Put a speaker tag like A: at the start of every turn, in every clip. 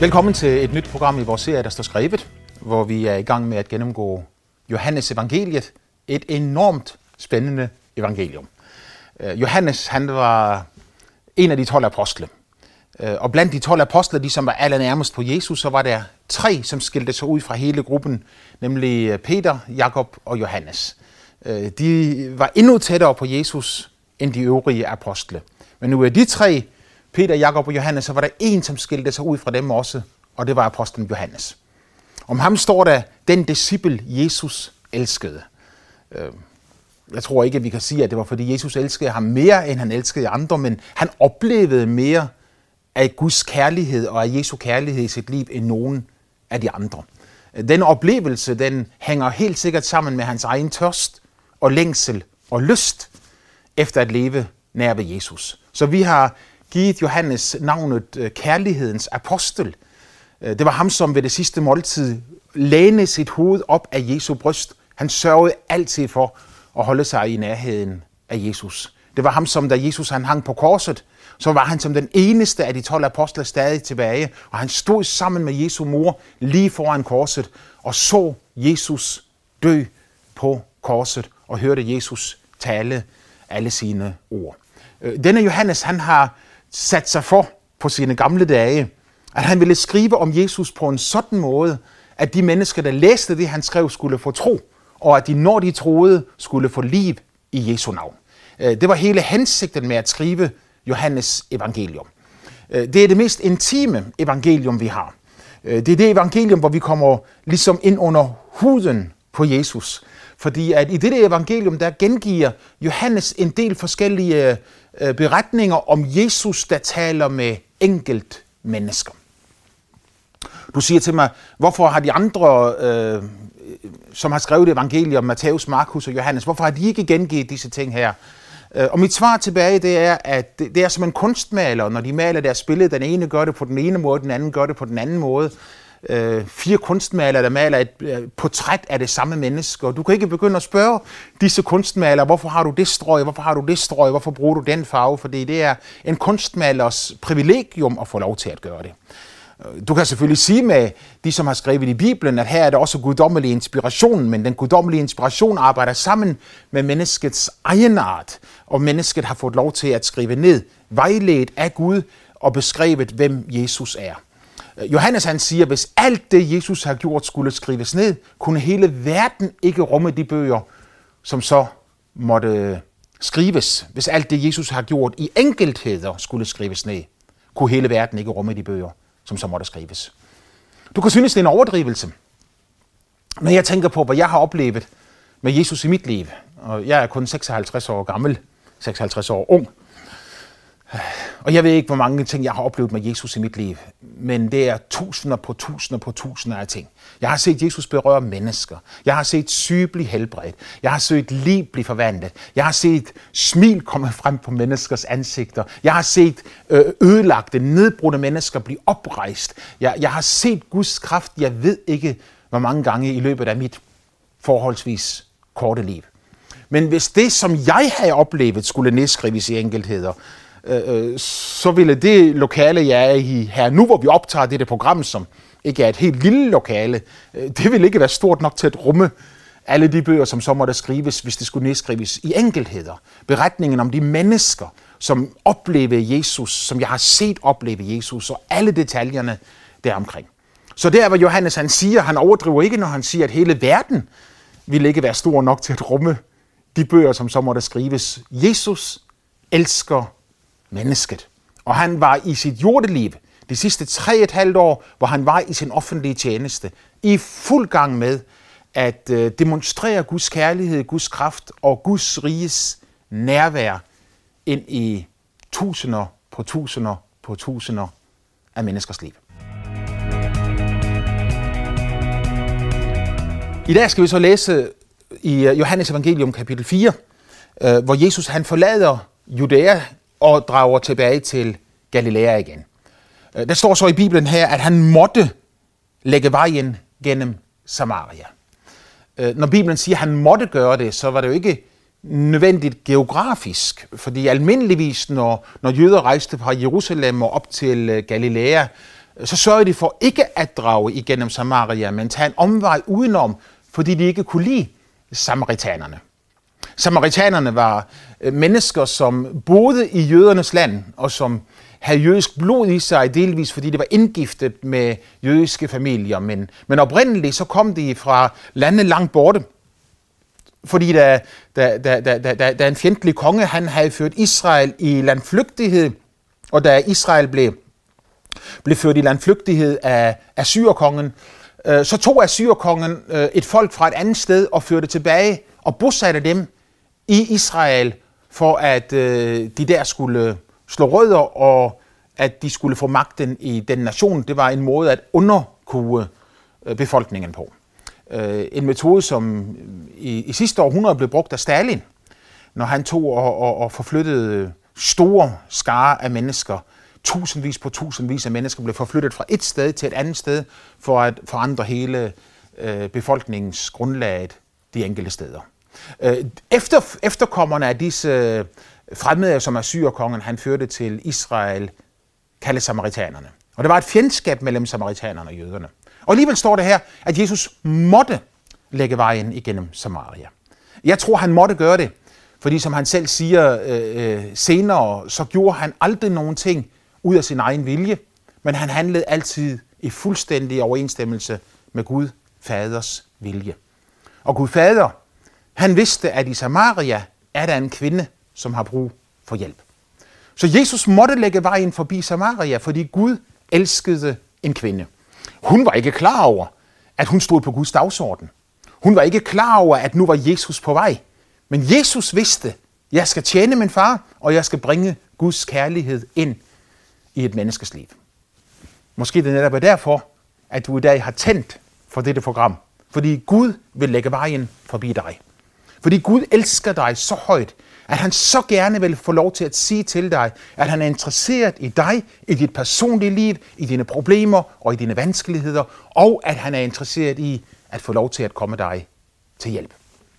A: Velkommen til et nyt program i vores serie, der står skrevet, hvor vi er i gang med at gennemgå Johannes evangeliet. Et enormt spændende evangelium. Johannes, han var en af de 12 apostle. Og blandt de 12 apostle, de som var allernærmest på Jesus, så var der 3, som skilte sig ud fra hele gruppen, nemlig Peter, Jakob og Johannes. De var endnu tættere på Jesus end de øvrige apostle. Men nu er de 3, Peter, Jakob og Johannes, så var der en, som skilte sig ud fra dem også, og det var apostlen Johannes. Om ham står der, den disciple Jesus elskede. Jeg tror ikke, at vi kan sige, at det var, fordi Jesus elskede ham mere, end han elskede andre, men han oplevede mere af Guds kærlighed og af Jesu kærlighed i sit liv end nogen af de andre. Den oplevelse, den hænger helt sikkert sammen med hans egen tørst og længsel og lyst efter at leve nær ved Jesus. Så vi har givet Johannes navnet kærlighedens apostel. Det var ham, som ved det sidste måltid lænede sit hoved op af Jesu bryst. Han sørgede altid for at holde sig i nærheden af Jesus. Det var ham, som da Jesus han hang på korset, så var han som den eneste af de 12 apostle stadig tilbage, og han stod sammen med Jesu mor lige foran korset og så Jesus dø på korset og hørte Jesus tale alle sine ord. Denne Johannes, han har sat sig for på sine gamle dage, at han ville skrive om Jesus på en sådan måde, at de mennesker, der læste det, han skrev, skulle få tro, og at de, når de troede, skulle få liv i Jesu navn. Det var hele hensigten med at skrive Johannes evangelium. Det er det mest intime evangelium, vi har. Det er det evangelium, hvor vi kommer ligesom ind under huden på Jesus. Fordi at i dette evangelium, der gengiver Johannes en del forskellige beretninger om Jesus, der taler med enkelt mennesker. Du siger til mig, hvorfor har de andre, som har skrevet evangelium, Matthæus, Markus og Johannes, hvorfor har de ikke gengivet disse ting her? Og mit svar tilbage, det er, at det er som en kunstmaler, når de maler deres billede. Den ene gør det på den ene måde, den anden gør det på den anden måde. 4 kunstmalere, der maler et portræt af det samme menneske. Og du kan ikke begynde at spørge disse kunstmalere, hvorfor har du det strøg, hvorfor har du det strøg, hvorfor bruger du den farve? Fordi det er en kunstmalers privilegium at få lov til at gøre det. Du kan selvfølgelig sige med de, som har skrevet i Bibelen, at her er der også guddommelig inspiration, men den guddommelige inspiration arbejder sammen med menneskets egenart, og mennesket har fået lov til at skrive ned, vejledt af Gud og beskrevet, hvem Jesus er. Johannes han siger, hvis alt det, Jesus har gjort, skulle skrives ned, kunne hele verden ikke rumme de bøger, som så måtte skrives. Hvis alt det, Jesus har gjort i enkeltheder, skulle skrives ned, kunne hele verden ikke rumme de bøger, som så måtte skrives. Du kan synes, det er en overdrivelse. Når jeg tænker på, hvad jeg har oplevet med Jesus i mit liv, og jeg er kun 56 år gammel, 56 år ung, og jeg ved ikke, hvor mange ting, jeg har oplevet med Jesus i mit liv, men det er tusinder på tusinder på tusinder af ting. Jeg har set Jesus berøre mennesker. Jeg har set syge blive helbredt. Jeg har set liv blive forvandlet. Jeg har set smil komme frem på menneskers ansigter. Jeg har set ødelagte, nedbrudte mennesker blive oprejst. Jeg har set Guds kraft, jeg ved ikke, hvor mange gange i løbet af mit forholdsvis korte liv. Men hvis det, som jeg havde oplevet, skulle nedskrives i enkeltheder, så ville det lokale, jeg er i her nu, hvor vi optager dette program, som ikke er et helt lille lokale, det ville ikke være stort nok til at rumme alle de bøger, som så måtte skrives, hvis det skulle nedskrives i enkeltheder. Beretningen om de mennesker, som oplevede Jesus, som jeg har set opleve Jesus, og alle detaljerne deromkring. Så der, hvor Johannes han siger, han overdriver ikke, når han siger, at hele verden ville ikke være stor nok til at rumme de bøger, som så måtte skrives. Jesus elsker mennesket. Og han var i sit jordeliv de sidste 3,5 år, hvor han var i sin offentlige tjeneste, i fuld gang med at demonstrere Guds kærlighed, Guds kraft og Guds riges nærvær ind i tusinder på tusinder på tusinder af menneskers liv. I dag skal vi så læse i Johannes evangelium kapitel 4, hvor Jesus han forlader Judæa og drager tilbage til Galilea igen. Der står så i Bibelen her, at han måtte lægge vejen gennem Samaria. Når Bibelen siger, at han måtte gøre det, så var det jo ikke nødvendigt geografisk, fordi almindeligvis, når jøder rejste fra Jerusalem og op til Galilea, så sørgede de for ikke at drage igennem Samaria, men tage en omvej udenom, fordi de ikke kunne lide samaritanerne. Samaritanerne var mennesker, som boede i jødernes land, og som havde jødisk blod i sig, delvis fordi det var indgiftet med jødiske familier. Men oprindeligt så kom de fra lande langt borte, fordi da en fjendtlig konge, han havde ført Israel i landflygtighed, og da Israel blev ført i landflygtighed af Assyrkongen, så tog Assyrkongen et folk fra et andet sted og førte tilbage og bosatte dem i Israel, for at de der skulle slå rødder, og at de skulle få magten i den nation. Det var en måde at underkue befolkningen på. En metode, som i sidste århundrede blev brugt af Stalin, når han tog og forflyttede store skarer af mennesker. Tusindvis på tusindvis af mennesker blev forflyttet fra et sted til et andet sted, for at forandre hele befolkningens grundlag de enkelte steder. Efterkommerne af disse fremmede, som Assyrkongen han førte til Israel, kaldes samaritanerne. Og der var et fjendskab mellem samaritanerne og jøderne. Og alligevel står det her, at Jesus måtte lægge vejen igennem Samaria. Jeg tror, han måtte gøre det, fordi som han selv siger senere, så gjorde han aldrig nogen ting ud af sin egen vilje, men han handlede altid i fuldstændig overensstemmelse med Gud Faders vilje. Og Gud Fader, han vidste, at i Samaria er der en kvinde, som har brug for hjælp. Så Jesus måtte lægge vejen forbi Samaria, fordi Gud elskede en kvinde. Hun var ikke klar over, at hun stod på Guds dagsorden. Hun var ikke klar over, at nu var Jesus på vej. Men Jesus vidste, at jeg skal tjene min far, og jeg skal bringe Guds kærlighed ind i et menneskes liv. Måske det netop er derfor, at du i dag har tændt for dette program. Fordi Gud vil lægge vejen forbi dig. Fordi Gud elsker dig så højt, at han så gerne vil få lov til at sige til dig, at han er interesseret i dig, i dit personlige liv, i dine problemer og i dine vanskeligheder, og at han er interesseret i at få lov til at komme dig til hjælp.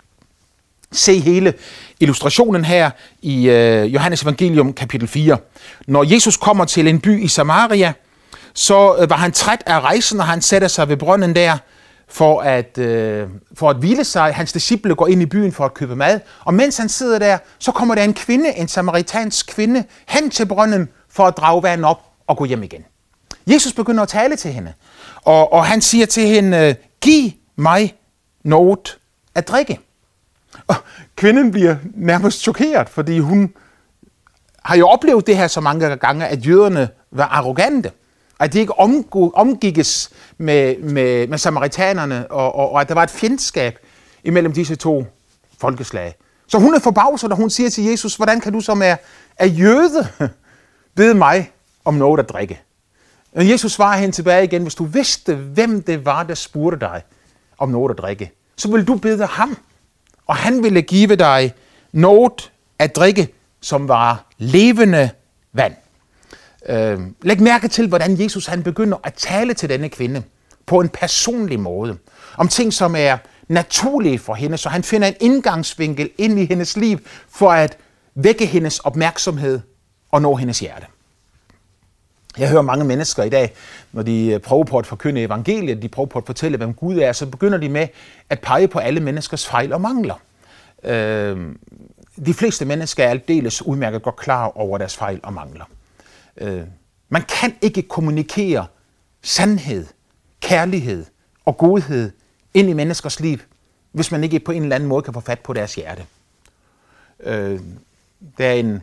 A: Se hele illustrationen her i Johannes Evangelium kapitel 4. Når Jesus kommer til en by i Samaria, så var han træt af rejsen, og han sætter sig ved brønden der for at hvile sig. Hans disciple går ind i byen for at købe mad, og mens han sidder der, så kommer der en kvinde, en samaritansk kvinde, hen til brønden for at drage vand op og gå hjem igen. Jesus begynder at tale til hende, og han siger til hende, giv mig noget at drikke. Og kvinden bliver nærmest chokeret, fordi hun har jo oplevet det her så mange gange, at jøderne var arrogante. At de ikke omgikkes med samaritanerne, og at der var et fjendskab imellem disse to folkeslag. Så hun er forbavset, og hun siger til Jesus, hvordan kan du som er jøde bede mig om noget at drikke? Og Jesus svarer hende tilbage igen, hvis du vidste, hvem det var, der spurgte dig om noget at drikke, så ville du bede ham, og han ville give dig noget at drikke, som var levende vand. Læg mærke til, hvordan Jesus han begynder at tale til denne kvinde på en personlig måde. Om ting, som er naturlige for hende, så han finder en indgangsvinkel ind i hendes liv, for at vække hendes opmærksomhed og nå hendes hjerte. Jeg hører mange mennesker i dag, når de prøver på at forkynde evangeliet, de prøver på at fortælle, hvem Gud er, så begynder de med at pege på alle menneskers fejl og mangler. De fleste mennesker er aldeles udmærket godt klar over deres fejl og mangler. Man kan ikke kommunikere sandhed, kærlighed og godhed ind i menneskers liv, hvis man ikke på en eller anden måde kan få fat på deres hjerte. Der er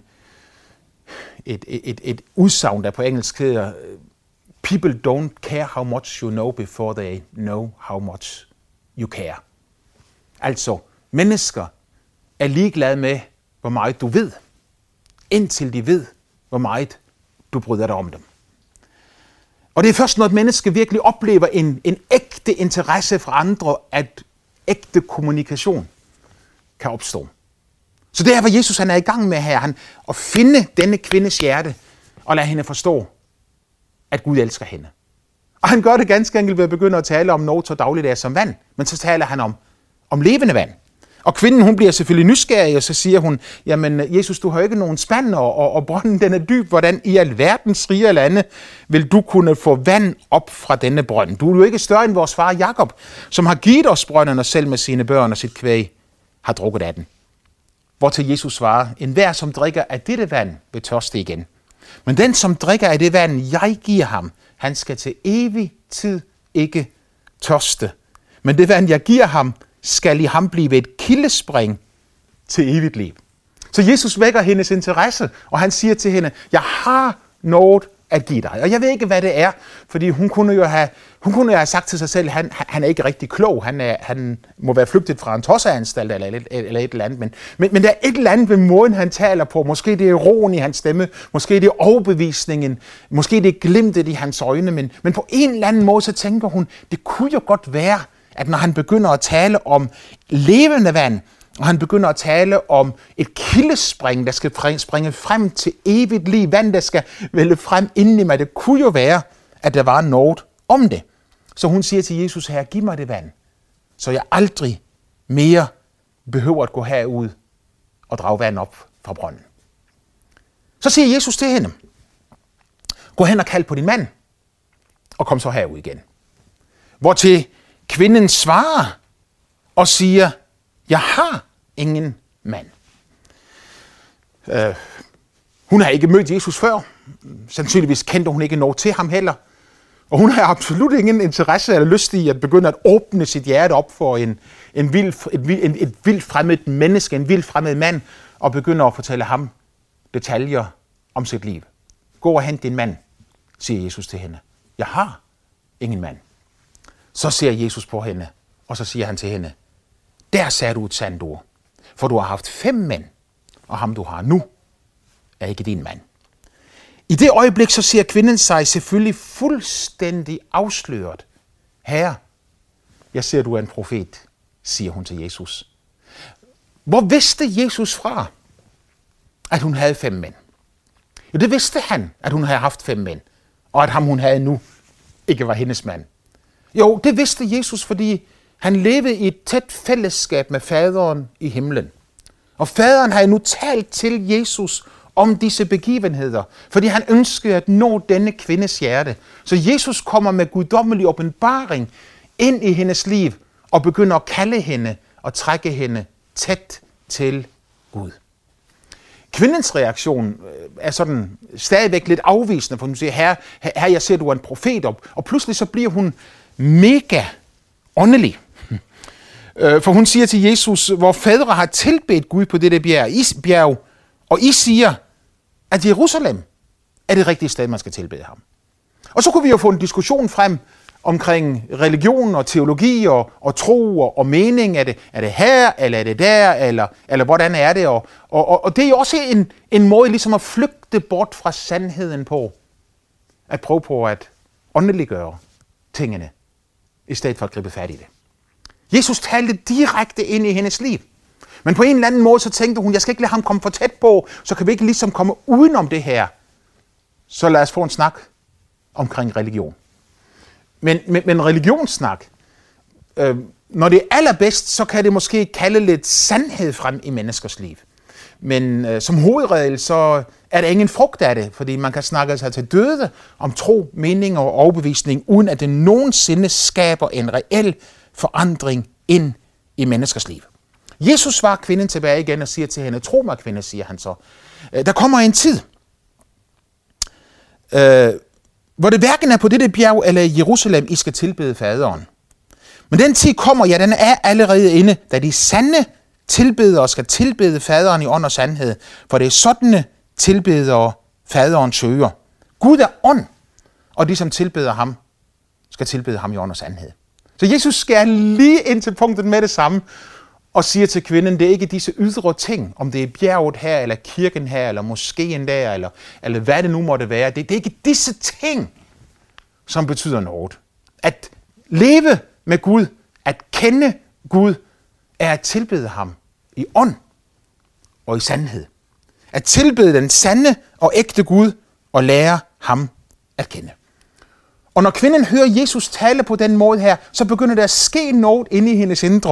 A: et udsagn, der på engelsk hedder, people don't care how much you know before they know how much you care. Altså, mennesker er ligeglade med, hvor meget du ved, indtil de ved, hvor meget du bryder dig om dem. Og det er først, når et menneske virkelig oplever en ægte interesse fra andre, at ægte kommunikation kan opstå. Så det er, hvad Jesus han er i gang med her. At finde denne kvindes hjerte og lade hende forstå, at Gud elsker hende. Og han gør det ganske enkelt ved at begynde at tale om noget så dagligdags som vand, men så taler han om levende vand. Og kvinden, hun bliver selvfølgelig nysgerrig, og så siger hun, jamen Jesus, du har ikke nogen spand, og brønden den er dyb. Hvordan i alverdens rige lande vil du kunne få vand op fra denne brønd? Du er jo ikke større end vores far Jakob, som har givet os brønden, og selv med sine børn og sit kvæg har drukket af den. Hvortil Jesus svarer, enhver som drikker af dette vand vil tørste igen. Men den som drikker af det vand, jeg giver ham, han skal til evig tid ikke tørste. Men det vand, jeg giver ham, skal i ham blive et kildespring til evigt liv. Så Jesus vækker hendes interesse, og han siger til hende, jeg har noget at give dig. Og jeg ved ikke, hvad det er, fordi hun kunne jo have sagt til sig selv, han er ikke rigtig klog, han må være flygtet fra en tosseanstalt eller et eller andet. Men der er et eller andet ved måden, han taler på. Måske det er roen i hans stemme, måske det er overbevisningen, måske det er glimtet i hans øjne, men på en eller anden måde, så tænker hun, det kunne jo godt være, at når han begynder at tale om levende vand, og han begynder at tale om et kildespring, der skal springe frem til evigt liv, vand, der skal vælge frem inden i mig, det kunne jo være, at der var noget om det. Så hun siger til Jesus, Herre, giv mig det vand, så jeg aldrig mere behøver at gå herud og drage vand op fra brønden. Så siger Jesus til hende, gå hen og kald på din mand, og kom så herud igen. Hvortil kvinden svarer og siger, jeg har ingen mand. Hun har ikke mødt Jesus før. Sandsynligvis kendte hun ikke noget til ham heller. Og hun har absolut ingen interesse eller lyst i at begynde at åbne sit hjerte op for et vildt fremmed menneske, en vildt fremmed mand, og begynde at fortælle ham detaljer om sit liv. Gå og hent din mand, siger Jesus til hende. Jeg har ingen mand. Så ser Jesus på hende, og så siger han til hende, der sagde du et sandt ord, for du har haft 5 mænd, og ham du har nu, er ikke din mand. I det øjeblik så ser kvinden sig selvfølgelig fuldstændig afsløret. Herre, jeg ser, du er en profet, siger hun til Jesus. Hvor vidste Jesus fra, at hun havde 5 mænd? Jo, det vidste han, at hun havde haft 5 mænd, og at ham hun havde nu ikke var hendes mand. Jo, det vidste Jesus, fordi han levede i et tæt fællesskab med faderen i himlen. Og faderen havde nu talt til Jesus om disse begivenheder, fordi han ønskede at nå denne kvindes hjerte. Så Jesus kommer med guddommelig åbenbaring ind i hendes liv og begynder at kalde hende og trække hende tæt til Gud. Kvindens reaktion er sådan stadigvæk lidt afvisende, for hun siger, herre, jeg ser, du er en profet, og pludselig så bliver hun mega åndelig. For hun siger til Jesus, hvor fædre har tilbedt Gud på dette bjerg, og I siger, at Jerusalem er det rigtige sted, man skal tilbede ham. Og så kunne vi jo få en diskussion frem omkring religion og teologi og tro og mening. Er det her, eller er det der, eller hvordan er det? Og det er jo også en måde ligesom at flygte bort fra sandheden på. At prøve på at åndeliggøre tingene, i stedet for at gribe fat i det. Jesus talte direkte ind i hendes liv. Men på en eller anden måde, så tænkte hun, jeg skal ikke lade ham komme for tæt på, så kan vi ikke ligesom komme udenom det her. Så lad os få en snak omkring religion. Men religionssnak, når det er allerbedst, så kan det måske kalde lidt sandhed frem i menneskers liv. Men som hovedregel, så er der ingen frugt af det, fordi man kan snakke sig til døde om tro, mening og overbevisning, uden at det nogensinde skaber en reel forandring ind i menneskers liv. Jesus svarer kvinden tilbage igen og siger til hende, tro mig kvinde, siger han så. Der kommer en tid, hvor det hverken er på dette bjerg eller i Jerusalem, I skal tilbede faderen. Men den tid kommer, ja, den er allerede inde, da de sande tilbedere skal tilbede faderen i ånd og sandhed, for det er sådanne tilbedere faderen søger. Gud er ånd, og de som tilbeder ham, skal tilbede ham i ånd og sandhed. Så Jesus skærer lige ind til punktet med det samme, og siger til kvinden, det er ikke disse ydre ting, om det er bjerget her, eller kirken her, eller moskeen der, eller hvad det nu måtte være. Det er ikke disse ting, som betyder noget. At leve med Gud, at kende Gud, er at tilbede ham i ånd og i sandhed. At tilbede den sande og ægte Gud og lære ham at kende. Og når kvinden hører Jesus tale på den måde her, så begynder der at ske noget inde i hendes indre.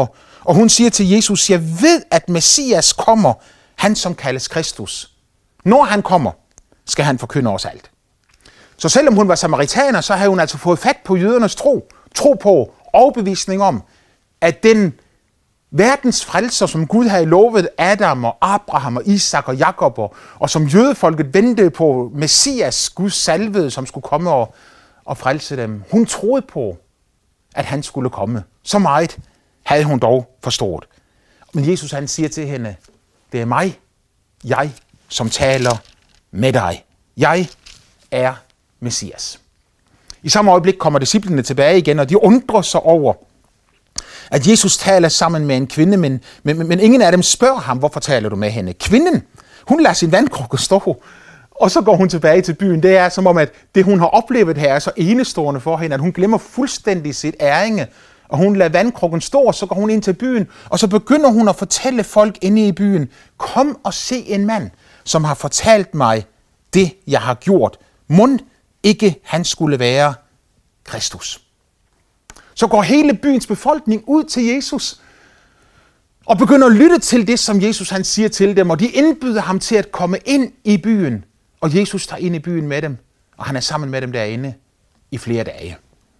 A: Og hun siger til Jesus, jeg ved, at Messias kommer, han som kaldes Kristus. Når han kommer, skal han forkynde os alt. Så selvom hun var samaritaner, så havde hun altså fået fat på jødernes tro på, overbevisning om, at den verdens frelser, som Gud havde lovet Adam og Abraham og Isak og Jakob, og som jødefolket ventede på, Messias, Guds salvede, som skulle komme og frelse dem. Hun troede på, at han skulle komme. Så meget havde hun dog forstået. Men Jesus han siger til hende, det er mig, jeg, som taler med dig. Jeg er Messias. I samme øjeblik kommer disciplene tilbage igen, og de undrer sig over, at Jesus taler sammen med en kvinde, men ingen af dem spørger ham, hvorfor taler du med hende? Kvinden, hun lader sin vandkrukke stå, og så går hun tilbage til byen. Det er som om, at det hun har oplevet her er så enestående for hende, at hun glemmer fuldstændig sit æringe, og hun lader vandkrukken stå, og så går hun ind til byen, og så begynder hun at fortælle folk inde i byen, kom og se en mand, som har fortalt mig det, jeg har gjort. Mon ikke han skulle være Kristus. Så går hele byens befolkning ud til Jesus og begynder at lytte til det, som Jesus han siger til dem, og de indbyder ham til at komme ind i byen, og Jesus tager ind i byen med dem, og han er sammen med dem derinde i flere dage.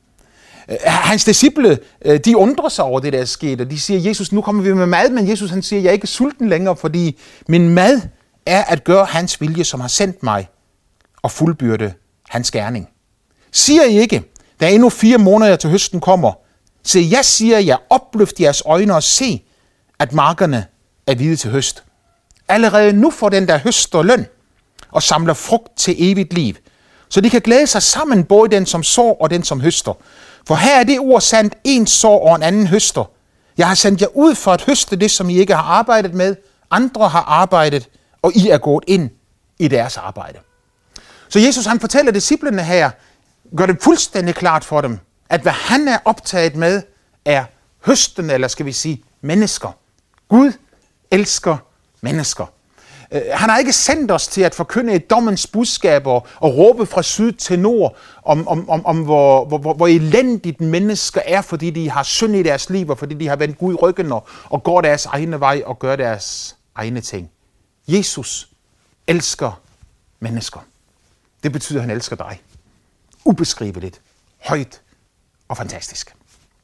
A: Hans disciple, de undrer sig over det, der er sket, og de siger, Jesus, nu kommer vi med mad, men Jesus han siger, jeg er ikke sulten længere, fordi min mad er at gøre hans vilje, som har sendt mig, og fuldbyrde hans gerning. Siger I ikke, der er endnu 4 måneder til høsten kommer, så jeg siger jer, opløft jeres øjne og se, at markerne er hvide til høst. Allerede nu får den, der høster løn og samler frugt til evigt liv, så de kan glæde sig sammen, både den, som sår og den, som høster. For her er det ord sandt, en sår og en anden høster. Jeg har sendt jer ud for at høste det, som I ikke har arbejdet med. Andre har arbejdet, og I er gået ind i deres arbejde. Så Jesus han fortæller disciplene her, gør det fuldstændig klart for dem, at hvad han er optaget med, er høsten, eller skal vi sige mennesker. Gud elsker mennesker. Han har ikke sendt os til at forkynde et dommens budskab og råbe fra syd til nord om hvor elendigt mennesker er, fordi de har synd i deres liv, og fordi de har vendt Gud ryggen og går deres egne vej og gør deres egne ting. Jesus elsker mennesker. Det betyder, at han elsker dig. Ubeskriveligt, højt og fantastisk.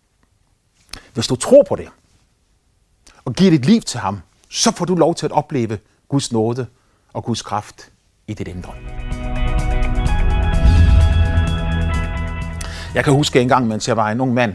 A: Hvis du tror på det, og giver dit liv til ham, så får du lov til at opleve Guds nåde og Guds kraft i dit indre. Jeg kan huske en gang, mens jeg var en ung mand,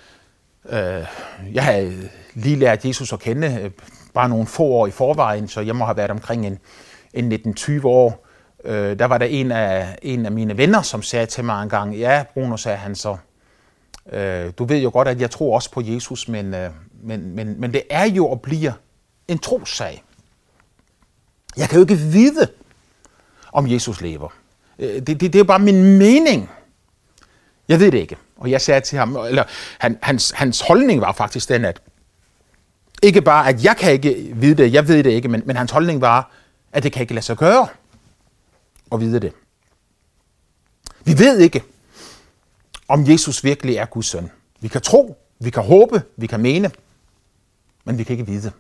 A: jeg havde lige lært Jesus at kende, bare nogle få år i forvejen, så jeg må have været omkring en 19-20 år. Der var der en af mine venner, som sagde til mig en gang, ja, Bruno, sagde han så, du ved jo godt, at jeg tror også på Jesus, men det er jo og bliver en trossag. Jeg kan jo ikke vide, om Jesus lever. Det er jo bare min mening. Jeg ved det ikke. Og jeg sagde til ham, eller hans holdning var faktisk den, at ikke bare, at jeg kan ikke vide det, jeg ved det ikke, men hans holdning var, at det kan ikke lade sig gøre at vide det. Vi ved ikke, om Jesus virkelig er Guds søn. Vi kan tro, vi kan håbe, vi kan mene, men vi kan ikke vide.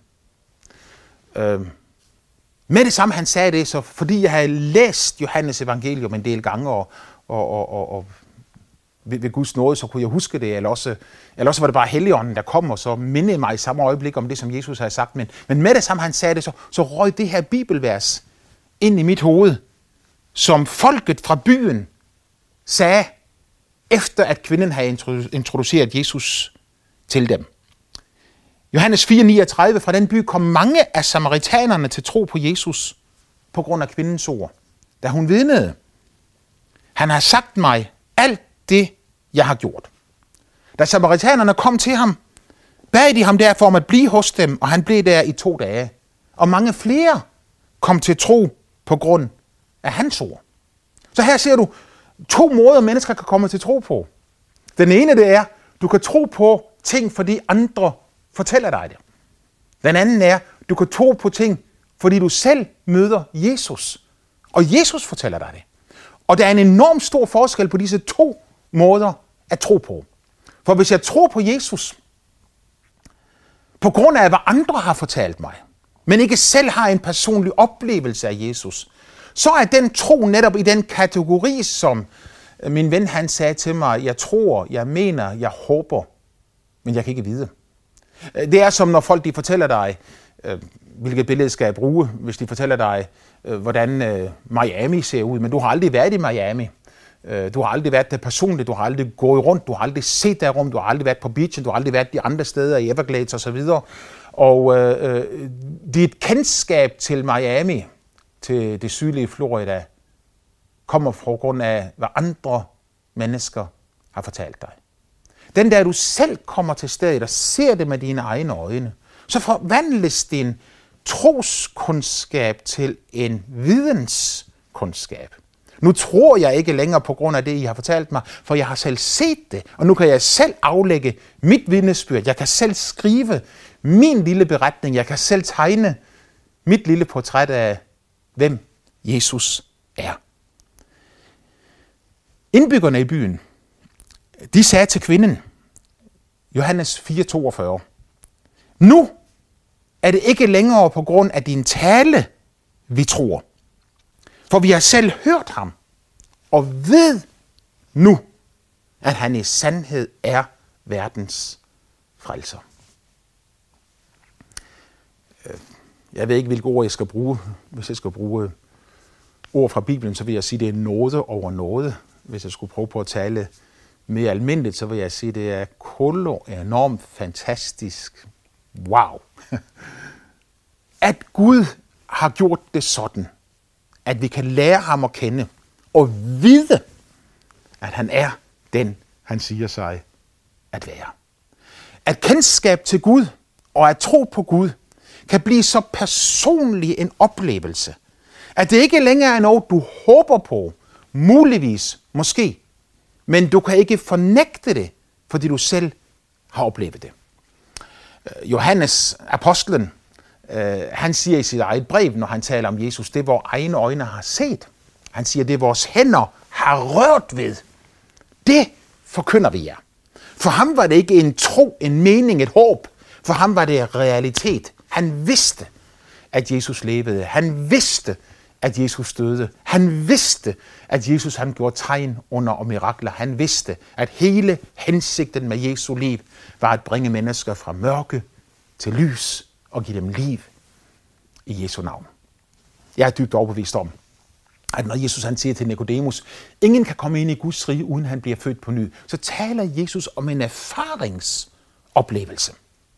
A: Med det samme, han sagde det, så fordi jeg havde læst Johannes evangelium en del gange, og ved Guds nåde, så kunne jeg huske det, eller også var det bare Helligånden, der kom, og så mindede mig i samme øjeblik om det, som Jesus havde sagt. Men med det samme, han sagde det, så røg det her bibelvers ind i mit hoved, som folket fra byen sagde, efter at kvinden havde introduceret Jesus til dem. Johannes 4:39, fra den by kom mange af samaritanerne til tro på Jesus på grund af kvindens ord, da hun vidnede. Han har sagt mig alt det, jeg har gjort. Da samaritanerne kom til ham, bad de ham derfor om at blive hos dem, og han blev der i 2 dage. Og mange flere kom til tro på grund af hans ord. Så her ser du 2 måder, mennesker kan komme til tro på. Den ene, det er, du kan tro på ting, fordi andre fortæller dig det. Den anden er, du kan tro på ting, fordi du selv møder Jesus. Og Jesus fortæller dig det. Og der er en enorm stor forskel på disse 2 måder at tro på. For hvis jeg tror på Jesus, på grund af, hvad andre har fortalt mig, men ikke selv har en personlig oplevelse af Jesus, så er den tro netop i den kategori, som min ven han sagde til mig, jeg tror, jeg mener, jeg håber, men jeg kan ikke vide. Det er som når folk de fortæller dig, hvilket billede skal jeg bruge, hvis de fortæller dig, hvordan Miami ser ud, men du har aldrig været i Miami. Du har aldrig været der personligt, du har aldrig gået rundt, du har aldrig set der rum, du har aldrig været på beachen, du har aldrig været de andre steder i Everglades osv. Og dit kendskab til Miami, til det sydlige Florida, kommer fra grund af, hvad andre mennesker har fortalt dig. Den der, du selv kommer til stedet og ser det med dine egne øjne, så forvandles din troskundskab til en videnskundskab. Nu tror jeg ikke længere på grund af det, I har fortalt mig, for jeg har selv set det, og nu kan jeg selv aflægge mit vidnesbyrd. Jeg kan selv skrive min lille beretning. Jeg kan selv tegne mit lille portræt af, hvem Jesus er. Indbyggerne i byen, de sagde til kvinden, Johannes 4:42, nu er det ikke længere på grund af din tale, vi tror. For vi har selv hørt ham, og ved nu, at han i sandhed er verdens frelser. Jeg ved ikke, hvilke ord jeg skal bruge. Hvis jeg skal bruge ord fra Bibelen, så vil jeg sige, at det er nåde over nåde. Hvis jeg skulle prøve på at tale mere almindeligt, så vil jeg sige, at det er enormt fantastisk. Wow! At Gud har gjort det sådan, at vi kan lære ham at kende og vide, at han er den, han siger sig at være. At kendskab til Gud og at tro på Gud kan blive så personlig en oplevelse, at det ikke længere er noget, du håber på, muligvis, måske, men du kan ikke fornægte det, fordi du selv har oplevet det. Johannes, apostlen, han siger i sit eget brev, når han taler om Jesus, det vores egne øjne har set. Han siger, det vores hænder har rørt ved. Det forkynder vi jer. For ham var det ikke en tro, en mening, et håb. For ham var det realitet. Han vidste, at Jesus levede. Han vidste, at Jesus døde. Han vidste, at Jesus han gjorde tegn under og mirakler. Han vidste, at hele hensigten med Jesu liv var at bringe mennesker fra mørke til lys og give dem liv i Jesu navn. Jeg er dybt overbevist om, at når Jesus han siger til Nikodemus, ingen kan komme ind i Guds rige, uden han bliver født på ny, så taler Jesus om en erfaringsoplevelse.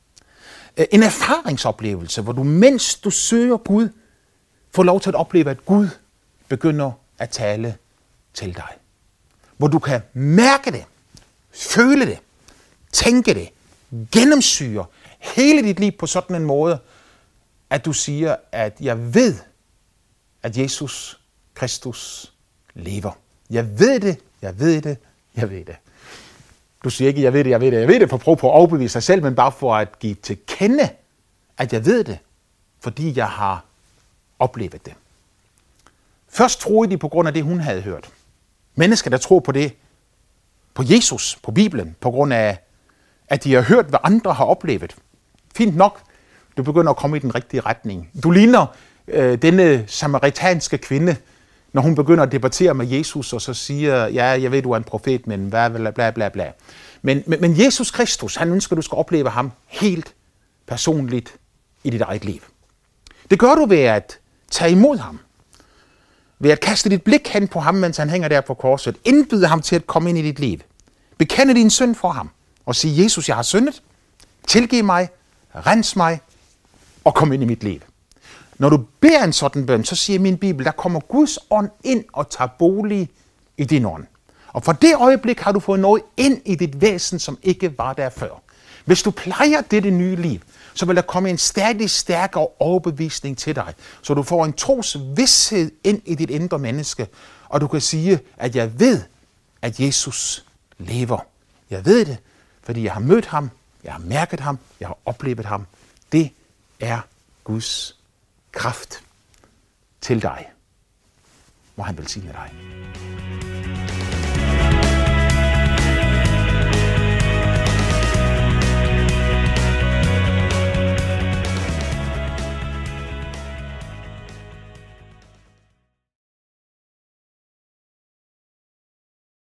A: En erfaringsoplevelse, hvor du, mens du søger Gud, får lov til at opleve, at Gud begynder at tale til dig. Hvor du kan mærke det, føle det, tænke det, gennemsyre hele dit liv på sådan en måde, at du siger, at jeg ved, at Jesus Kristus lever. Jeg ved det, jeg ved det, jeg ved det. Du siger ikke, jeg ved det, jeg ved det, jeg ved det, for at prøve på at overbevise dig selv, men bare for at give til kende, at jeg ved det, fordi jeg har oplevet det. Først troede de på grund af det, hun havde hørt. Mennesker, der tror på det, på Jesus, på Bibelen, på grund af, at de har hørt, hvad andre har oplevet. Fint nok, du begynder at komme i den rigtige retning. Du ligner denne samaritanske kvinde, når hun begynder at debattere med Jesus, og så siger, ja, jeg ved, du er en profet, men bla bla bla bla. Men Jesus Kristus, han ønsker, at du skal opleve ham helt personligt i dit eget liv. Det gør du ved at tage imod ham. Ved at kaste dit blik hen på ham, mens han hænger der på korset. Indbyde ham til at komme ind i dit liv. Bekende din synd for ham. Og sige, Jesus, jeg har syndet. Tilgiv mig. Rens mig. Og kom ind i mit liv. Når du beder en sådan bøn, så siger min Bibel, der kommer Guds ånd ind og tager bolig i din ånd. Og for det øjeblik har du fået noget ind i dit væsen, som ikke var der før. Hvis du plejer dette nye liv, så vil der komme en stadig stærkere overbevisning til dig, så du får en trosvished ind i dit indre menneske, og du kan sige, at jeg ved, at Jesus lever. Jeg ved det, fordi jeg har mødt ham, jeg har mærket ham, jeg har oplevet ham. Det er Guds kraft til dig. Må han velsigne dig.